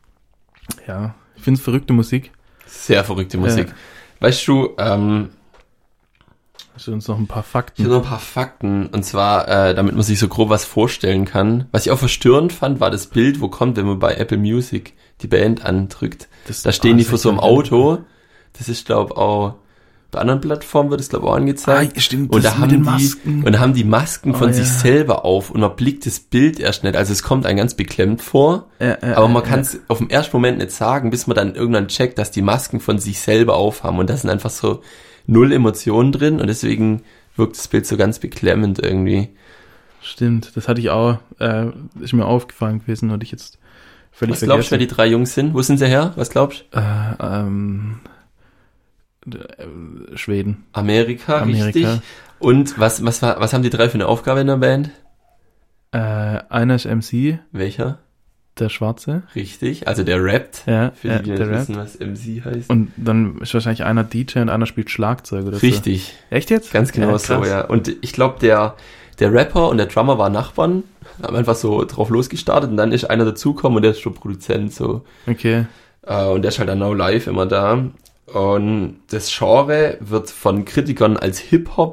[SPEAKER 1] Ja, ich finde es verrückte Musik.
[SPEAKER 2] Sehr verrückte Musik.
[SPEAKER 1] Ja.
[SPEAKER 2] Weißt du, ähm,
[SPEAKER 1] Hast du uns noch ein paar
[SPEAKER 2] ich
[SPEAKER 1] Fakten?
[SPEAKER 2] habe noch ein paar Fakten. Und zwar, äh, damit man sich so grob was vorstellen kann. Was ich auch verstörend fand, war das Bild, wo kommt, wenn man bei Apple Music die Band andrückt.
[SPEAKER 1] Das,
[SPEAKER 2] Da stehen
[SPEAKER 1] ah,
[SPEAKER 2] die
[SPEAKER 1] das
[SPEAKER 2] vor so einem
[SPEAKER 1] hab ich
[SPEAKER 2] Auto. Das ist, glaube ich, auch bei anderen Plattformen wird es, glaube ich, auch angezeigt.
[SPEAKER 1] Ah, stimmt,
[SPEAKER 2] und
[SPEAKER 1] das
[SPEAKER 2] da
[SPEAKER 1] mit
[SPEAKER 2] haben
[SPEAKER 1] den
[SPEAKER 2] die,
[SPEAKER 1] Masken.
[SPEAKER 2] und da haben die Masken von
[SPEAKER 1] Oh,
[SPEAKER 2] sich
[SPEAKER 1] ja.
[SPEAKER 2] selber auf und man blickt das Bild erst nicht. Also es kommt einem ganz beklemmt vor.
[SPEAKER 1] Ja, ja,
[SPEAKER 2] Aber man
[SPEAKER 1] ja,
[SPEAKER 2] kann es auf den ersten Moment nicht sagen, bis man dann irgendwann checkt, dass die Masken von sich selber aufhaben. Und da sind einfach so null Emotionen drin und deswegen wirkt das Bild so ganz beklemmend irgendwie.
[SPEAKER 1] Stimmt, das hatte ich auch, äh, ist mir aufgefallen gewesen und ich jetzt völlig
[SPEAKER 2] Was glaubst du, wer die drei Jungs sind? Wo sind sie her? Was glaubst du?
[SPEAKER 1] Äh, ähm, äh, Schweden.
[SPEAKER 2] Amerika,
[SPEAKER 1] Amerika.
[SPEAKER 2] richtig. Und was, was, war, was haben die drei für eine Aufgabe in der Band?
[SPEAKER 1] Äh, einer ist M C,
[SPEAKER 2] Welcher?
[SPEAKER 1] der Schwarze.
[SPEAKER 2] Richtig, also der rappt.
[SPEAKER 1] Ja,
[SPEAKER 2] Für
[SPEAKER 1] ja
[SPEAKER 2] die, die
[SPEAKER 1] der
[SPEAKER 2] nicht
[SPEAKER 1] Rap.
[SPEAKER 2] wissen, was M C heißt.
[SPEAKER 1] Und dann ist wahrscheinlich einer D J und einer spielt Schlagzeug oder
[SPEAKER 2] Richtig,
[SPEAKER 1] so. Echt jetzt?
[SPEAKER 2] ganz genau
[SPEAKER 1] Ja,
[SPEAKER 2] so,
[SPEAKER 1] krass.
[SPEAKER 2] ja. Und ich glaube, der, der Rapper und der Drummer waren Nachbarn, haben einfach so drauf losgestartet und dann ist einer dazugekommen und der ist schon Produzent, so.
[SPEAKER 1] Okay.
[SPEAKER 2] Äh, und der ist halt dann now live immer da. Und das Genre wird von Kritikern als Hip-Hop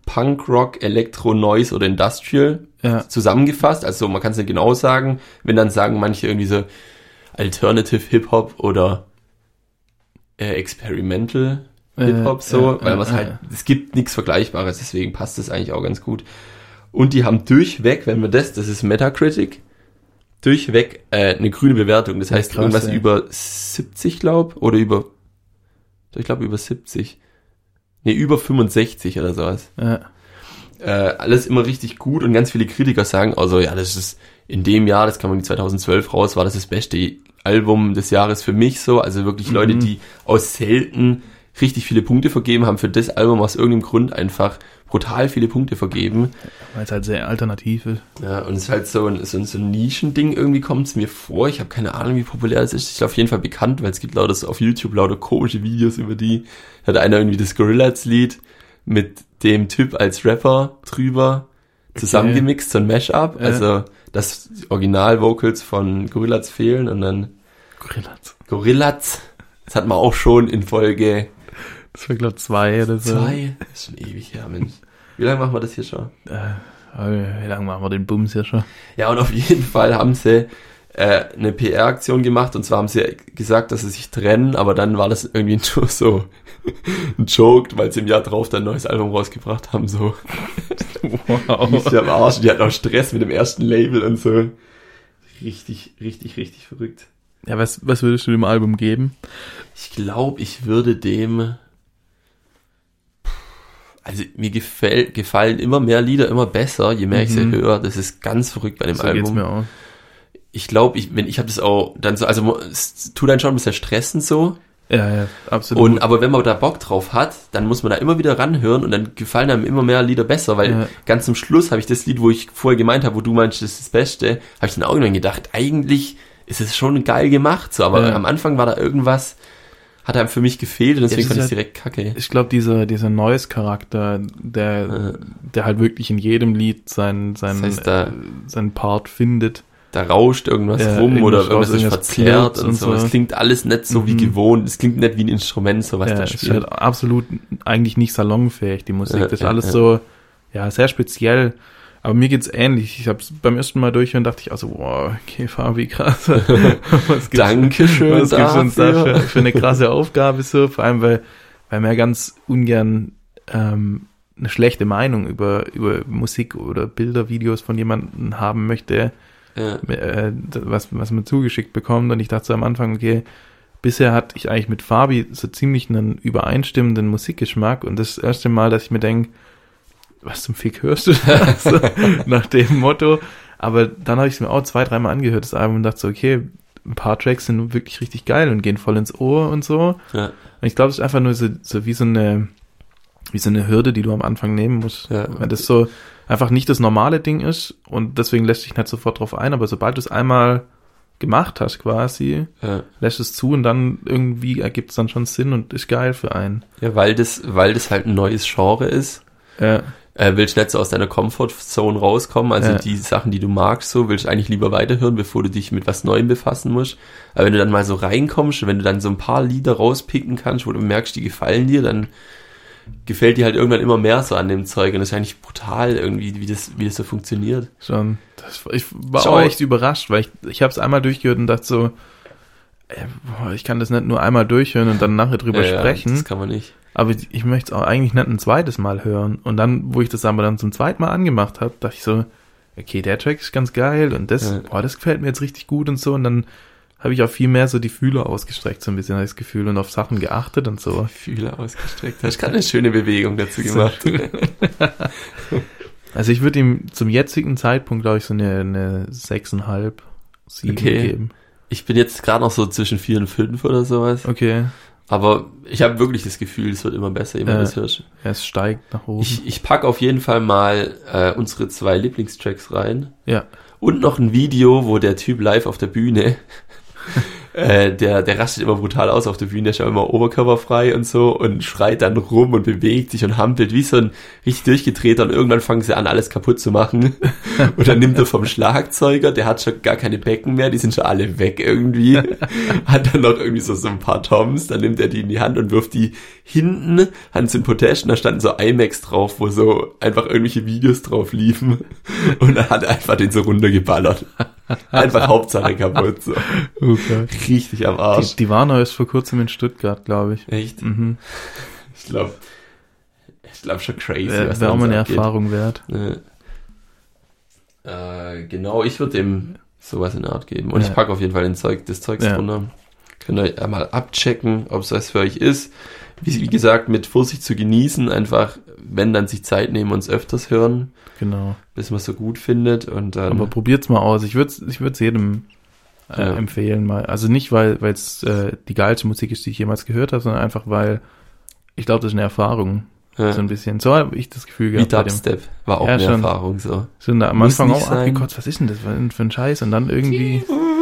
[SPEAKER 2] Punk, Rock, Elektro, Noise oder Industrial
[SPEAKER 1] Ja.
[SPEAKER 2] zusammengefasst. Also man kann es nicht genau sagen, wenn dann sagen manche irgendwie so Alternative Hip-Hop oder äh, Experimental Hip-Hop
[SPEAKER 1] Äh,
[SPEAKER 2] so,
[SPEAKER 1] ja,
[SPEAKER 2] weil
[SPEAKER 1] ja,
[SPEAKER 2] man es
[SPEAKER 1] ja,
[SPEAKER 2] halt,
[SPEAKER 1] ja.
[SPEAKER 2] es gibt nichts Vergleichbares, deswegen passt das eigentlich auch ganz gut. Und die haben durchweg, wenn wir das, das ist Metacritic, durchweg äh, eine grüne Bewertung. Das
[SPEAKER 1] Ja,
[SPEAKER 2] heißt
[SPEAKER 1] krass,
[SPEAKER 2] irgendwas
[SPEAKER 1] ey.
[SPEAKER 2] über siebzig, glaub, oder über, ich glaube über siebzig. Nee, über fünfundsechzig oder sowas.
[SPEAKER 1] Ja.
[SPEAKER 2] Äh, alles immer richtig gut und ganz viele Kritiker sagen, also ja, das ist in dem Jahr, das kam irgendwie zweitausendzwölf raus, war das das beste Album des Jahres für mich so. Also wirklich
[SPEAKER 1] Mhm.
[SPEAKER 2] Leute, die aus selten richtig viele Punkte vergeben haben für das Album aus irgendeinem Grund einfach brutal viele Punkte vergeben.
[SPEAKER 1] Weil es halt sehr alternativ ist.
[SPEAKER 2] Ja, und es ist halt so ein, so ein, so ein Nischending irgendwie, kommt es mir vor. Ich habe keine Ahnung, wie populär es ist. Ich glaube auf jeden Fall bekannt, weil es gibt lauter so auf YouTube lauter komische Videos über die. Da hat einer irgendwie das Gorillaz-Lied mit dem Typ als Rapper drüber zusammengemixt, so ein Mashup.
[SPEAKER 1] Ja.
[SPEAKER 2] Also das Original-Vocals von Gorillaz fehlen und dann
[SPEAKER 1] Gorillaz.
[SPEAKER 2] Gorillaz. Das hat man auch schon in Folge
[SPEAKER 1] Das war, glaube ich, zwei oder so.
[SPEAKER 2] zwei. Das ist schon ewig her, Mensch. Wie lange machen wir das hier schon?
[SPEAKER 1] Äh, wie lange machen wir den Bums hier schon?
[SPEAKER 2] Ja, und auf jeden Fall haben sie äh, eine P R-Aktion gemacht, und zwar haben sie gesagt, dass sie sich trennen, aber dann war das irgendwie nur so ein Joke, weil sie im Jahr drauf dann ein neues Album rausgebracht haben, so.
[SPEAKER 1] Wow.
[SPEAKER 2] Die ist ja am Arsch, die hatten auch Stress mit dem ersten Label und so. Richtig, richtig, richtig verrückt.
[SPEAKER 1] Ja, was, was würdest du dem Album geben?
[SPEAKER 2] Ich glaube, ich würde dem... Also mir gefällt, gefallen immer mehr Lieder immer besser, je mehr ich sie
[SPEAKER 1] Mhm.
[SPEAKER 2] höre. Das ist ganz verrückt bei dem
[SPEAKER 1] So
[SPEAKER 2] Album.
[SPEAKER 1] geht's mir auch.
[SPEAKER 2] Ich glaube, ich, wenn ich habe das auch dann so, also es tut einen schon ein bisschen stressen so.
[SPEAKER 1] Ja, ja, absolut.
[SPEAKER 2] Und aber wenn man da Bock drauf hat, dann muss man da immer wieder ranhören und dann gefallen einem immer mehr Lieder besser, weil
[SPEAKER 1] Ja.
[SPEAKER 2] ganz zum Schluss habe ich das Lied, wo ich vorher gemeint habe, wo du meinst, das ist das Beste, habe ich dann auch irgendwann gedacht, eigentlich ist es schon geil gemacht, so, aber
[SPEAKER 1] Ja.
[SPEAKER 2] am Anfang war da irgendwas, hat einem für mich gefehlt und deswegen
[SPEAKER 1] das
[SPEAKER 2] fand ich
[SPEAKER 1] ist
[SPEAKER 2] es direkt kacke.
[SPEAKER 1] Ich glaube, dieser, dieser Noise-Charakter, der,
[SPEAKER 2] Ja.
[SPEAKER 1] der halt wirklich in jedem Lied seinen, seinen,
[SPEAKER 2] Das heißt, da-
[SPEAKER 1] äh, seinen Part findet.
[SPEAKER 2] Da rauscht irgendwas
[SPEAKER 1] Ja,
[SPEAKER 2] rum
[SPEAKER 1] irgendwas
[SPEAKER 2] oder
[SPEAKER 1] raus,
[SPEAKER 2] irgendwas ist
[SPEAKER 1] irgendwas
[SPEAKER 2] verzerrt
[SPEAKER 1] klirrt
[SPEAKER 2] und
[SPEAKER 1] und
[SPEAKER 2] so.
[SPEAKER 1] so.
[SPEAKER 2] Es klingt alles nicht so wie
[SPEAKER 1] Mhm.
[SPEAKER 2] gewohnt. Es klingt nicht wie ein Instrument, so was
[SPEAKER 1] Ja,
[SPEAKER 2] da
[SPEAKER 1] es ist
[SPEAKER 2] spielt.
[SPEAKER 1] halt absolut eigentlich nicht salonfähig, die Musik.
[SPEAKER 2] Ja,
[SPEAKER 1] das ist
[SPEAKER 2] ja,
[SPEAKER 1] alles
[SPEAKER 2] ja.
[SPEAKER 1] so, ja, sehr speziell. Aber mir geht's ähnlich. Ich habe beim ersten Mal durchhören, dachte ich also, wow, okay, Fabi, krass. Was gibt's-
[SPEAKER 2] Dankeschön
[SPEAKER 1] Was gibt's uns da
[SPEAKER 2] dafür.
[SPEAKER 1] für, für eine krasse Aufgabe so? Vor allem, weil, weil man ja ganz ungern ähm, eine schlechte Meinung über, über Musik oder Bilder, Videos von jemandem haben möchte,
[SPEAKER 2] Ja.
[SPEAKER 1] äh, was, was man zugeschickt bekommt. Und ich dachte so am Anfang, okay, bisher hatte ich eigentlich mit Fabi so ziemlich einen übereinstimmenden Musikgeschmack und das erste Mal, dass ich mir denke, was zum Fick hörst du da? So, nach dem Motto. Aber dann habe ich es mir auch zwei, dreimal angehört, das Album, und dachte so, okay, ein paar Tracks sind wirklich richtig geil und gehen voll ins Ohr und so.
[SPEAKER 2] Ja.
[SPEAKER 1] Und ich glaube, es ist einfach nur so, so wie so eine, wie so eine Hürde, die du am Anfang nehmen musst.
[SPEAKER 2] Ja.
[SPEAKER 1] Weil das so einfach nicht das normale Ding ist und deswegen lässt sich nicht sofort drauf ein, aber sobald du es einmal gemacht hast quasi,
[SPEAKER 2] Ja.
[SPEAKER 1] lässt es zu und dann irgendwie ergibt es dann schon Sinn und ist geil für einen.
[SPEAKER 2] Ja, weil das, weil das halt ein neues Genre ist.
[SPEAKER 1] Ja,
[SPEAKER 2] Äh, willst nicht so aus deiner Comfortzone rauskommen, also
[SPEAKER 1] Ja.
[SPEAKER 2] die Sachen, die du magst, so, willst eigentlich lieber weiterhören, bevor du dich mit was Neuem befassen musst. Aber wenn du dann mal so reinkommst, wenn du dann so ein paar Lieder rauspicken kannst, wo du merkst, die gefallen dir, dann gefällt dir halt irgendwann immer mehr so an dem Zeug und das ist eigentlich brutal irgendwie, wie das, wie das so funktioniert.
[SPEAKER 1] schon. Das, ich war
[SPEAKER 2] Schau.
[SPEAKER 1] auch echt überrascht, weil ich, ich habe es einmal durchgehört und dachte so, äh, boah, ich kann das nicht nur einmal durchhören und dann nachher drüber
[SPEAKER 2] Ja,
[SPEAKER 1] sprechen.
[SPEAKER 2] Das kann man nicht.
[SPEAKER 1] Aber ich, ich möchte es auch eigentlich nicht ein zweites Mal hören. Und dann, wo ich das aber dann zum zweiten Mal angemacht habe, dachte ich so, okay, der Track ist ganz geil und das,
[SPEAKER 2] Ja.
[SPEAKER 1] boah, das gefällt mir jetzt richtig gut und so. Und dann habe ich auch viel mehr so die Fühler ausgestreckt, so ein bisschen das Gefühl, und auf Sachen geachtet und so.
[SPEAKER 2] Fühler ausgestreckt. Hast gerade eine schöne Bewegung dazu gemacht.
[SPEAKER 1] Also ich würde ihm zum jetzigen Zeitpunkt, glaube ich, so eine, eine sechseinhalb, sieben
[SPEAKER 2] Okay.
[SPEAKER 1] geben.
[SPEAKER 2] Ich bin jetzt gerade noch so zwischen vier und fünf oder sowas.
[SPEAKER 1] Okay,
[SPEAKER 2] Aber ich habe wirklich das Gefühl, es wird immer besser, je mehr
[SPEAKER 1] Ja.
[SPEAKER 2] du es hörst.
[SPEAKER 1] ja, es steigt nach oben.
[SPEAKER 2] Ich, ich pack auf jeden Fall mal äh, unsere zwei Lieblingstracks rein.
[SPEAKER 1] ja,
[SPEAKER 2] Und noch ein Video, wo der Typ live auf der Bühne äh, der, der rastet immer brutal aus auf der Bühne, der ist ja immer oberkörperfrei und so und schreit dann rum und bewegt sich und hampelt wie so ein richtig durchgedrehter und irgendwann fangen sie an, alles kaputt zu machen. Und dann nimmt er vom Schlagzeuger, der hat schon gar keine Becken mehr, die sind schon alle weg irgendwie. Hat dann noch irgendwie so, so ein paar Toms, dann nimmt er die in die Hand und wirft die hinten, Hans in Potash, da standen so IMAX drauf, wo so einfach irgendwelche Videos drauf liefen. Und dann hat er einfach den so runtergeballert. Einfach Hauptsache kaputt. So.
[SPEAKER 1] Okay.
[SPEAKER 2] Richtig am Arsch.
[SPEAKER 1] Die, die waren erst vor kurzem in Stuttgart, glaube ich.
[SPEAKER 2] Echt?
[SPEAKER 1] Mhm.
[SPEAKER 2] Ich glaube, ich glaube schon crazy.
[SPEAKER 1] Wäre wär auch mal eine abgeht. Erfahrung wert.
[SPEAKER 2] Ja. Äh, genau, ich würde dem sowas in der Art geben. Und ja. ich packe auf jeden Fall den Zeug, das Zeugs ja. drunter. Könnt ihr einmal abchecken, ob es was für euch ist. Wie, wie gesagt, mit Vorsicht zu genießen. Einfach, wenn dann sich Zeit nehmen, uns öfters hören.
[SPEAKER 1] Genau.
[SPEAKER 2] Bis man es so gut findet. Und dann
[SPEAKER 1] aber probiert's mal aus. Ich würde es ich würd's jedem äh, ja. empfehlen. mal. Also nicht, weil es äh, die geilste Musik ist, die ich jemals gehört habe, sondern einfach, weil ich glaube, das ist eine Erfahrung. Ja. So ein bisschen. So habe ich das Gefühl gehabt.
[SPEAKER 2] Wie Dubstep war auch ja, eine schon, Erfahrung. So.
[SPEAKER 1] Sind da am Muss Anfang auch abgekotzt, was ist denn das für ein, für ein Scheiß? Und dann irgendwie...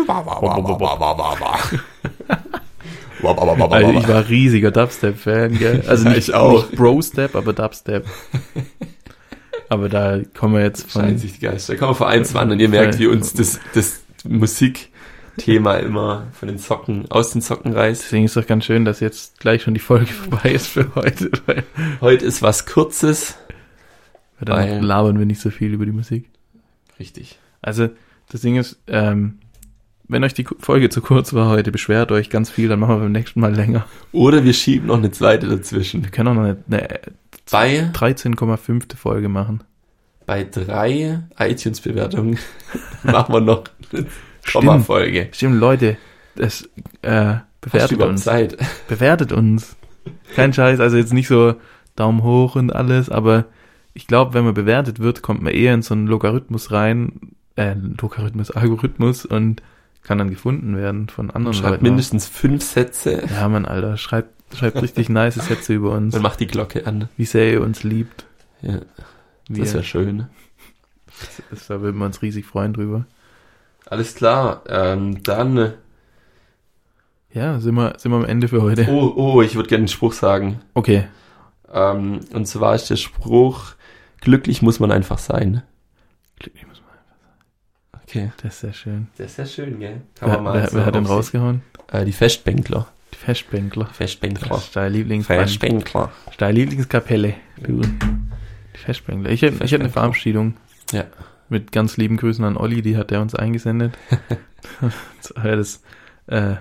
[SPEAKER 1] Also ich war riesiger Dubstep-Fan, gell? Also nicht,
[SPEAKER 2] ich auch.
[SPEAKER 1] nicht Bro-Step, aber Dubstep. Aber da kommen wir jetzt von...
[SPEAKER 2] Scheint sich die Geister. Da kommen wir vor eins wandern. Ihr merkt, wie uns das, das Musikthema immer von den Socken, aus den Socken reißt.
[SPEAKER 1] Deswegen ist es doch ganz schön, dass jetzt gleich schon die Folge vorbei ist für heute. Weil
[SPEAKER 2] heute ist was Kurzes.
[SPEAKER 1] Weil dann weil labern wir nicht so viel über die Musik.
[SPEAKER 2] Richtig.
[SPEAKER 1] Also, das Ding ist, ähm, wenn euch die Folge zu kurz war heute, beschwert euch ganz viel, dann machen wir beim nächsten Mal länger.
[SPEAKER 2] Oder wir schieben noch eine zweite dazwischen.
[SPEAKER 1] Wir können auch noch eine, eine
[SPEAKER 2] bei
[SPEAKER 1] dreizehn Komma fünf Folge machen.
[SPEAKER 2] Bei drei iTunes-Bewertungen machen wir noch eine Komma-Folge.
[SPEAKER 1] Stimmt, Leute, das äh, bewertet uns.
[SPEAKER 2] Zeit?
[SPEAKER 1] Bewertet uns. Kein Scheiß, also jetzt nicht so Daumen hoch und alles, aber ich glaube, wenn man bewertet wird, kommt man eher in so einen Logarithmus rein, äh, Logarithmus, Algorithmus und kann dann gefunden werden von anderen
[SPEAKER 2] Schreibt
[SPEAKER 1] Leuten.
[SPEAKER 2] mindestens fünf Sätze.
[SPEAKER 1] Ja, Mann, Alter, schreibt, schreibt richtig nice Sätze über uns.
[SPEAKER 2] Und macht die Glocke an.
[SPEAKER 1] Wie sehr ihr uns liebt.
[SPEAKER 2] Ja, das wäre schön.
[SPEAKER 1] Das, da würden wir uns riesig freuen drüber.
[SPEAKER 2] Alles klar, ähm, dann...
[SPEAKER 1] Ja, sind wir, sind wir am Ende für heute.
[SPEAKER 2] Oh, oh, ich würde gerne einen Spruch sagen.
[SPEAKER 1] Okay.
[SPEAKER 2] Ähm, und zwar ist der Spruch, glücklich muss man einfach sein.
[SPEAKER 1] Glücklich muss man einfach sein.
[SPEAKER 2] Okay.
[SPEAKER 1] Das ist sehr schön.
[SPEAKER 2] Das ist sehr schön, gell? Kann
[SPEAKER 1] wer
[SPEAKER 2] man mal
[SPEAKER 1] wer,
[SPEAKER 2] so
[SPEAKER 1] wer hat den rausgehauen?
[SPEAKER 2] Äh, die Festbänkler.
[SPEAKER 1] Die Festbänkler.
[SPEAKER 2] Die Festbänkler.
[SPEAKER 1] Das ist deine Lieblings
[SPEAKER 2] Festbänkler.
[SPEAKER 1] Deine Lieblingskapelle. Du. Die Festbänkler. Ich hätte ich hätt eine Verabschiedung.
[SPEAKER 2] Ja.
[SPEAKER 1] Mit ganz lieben Grüßen an Olli, die hat der uns eingesendet. das, äh,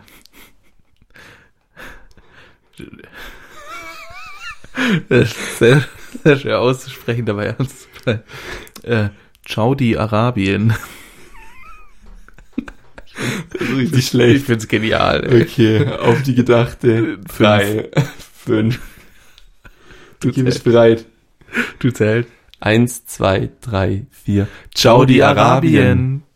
[SPEAKER 1] das ist sehr, sehr schwer auszusprechen, dabei ernst zu sein. Äh, Ciao-di Arabien.
[SPEAKER 2] Das ist richtig schlecht.
[SPEAKER 1] Ich find's genial. Ey.
[SPEAKER 2] Okay, auf die gedachte. Drei, fünf. Du okay, bist bereit.
[SPEAKER 1] Du zählst.
[SPEAKER 2] Eins, zwei, drei, vier. Ciao-di Arabien.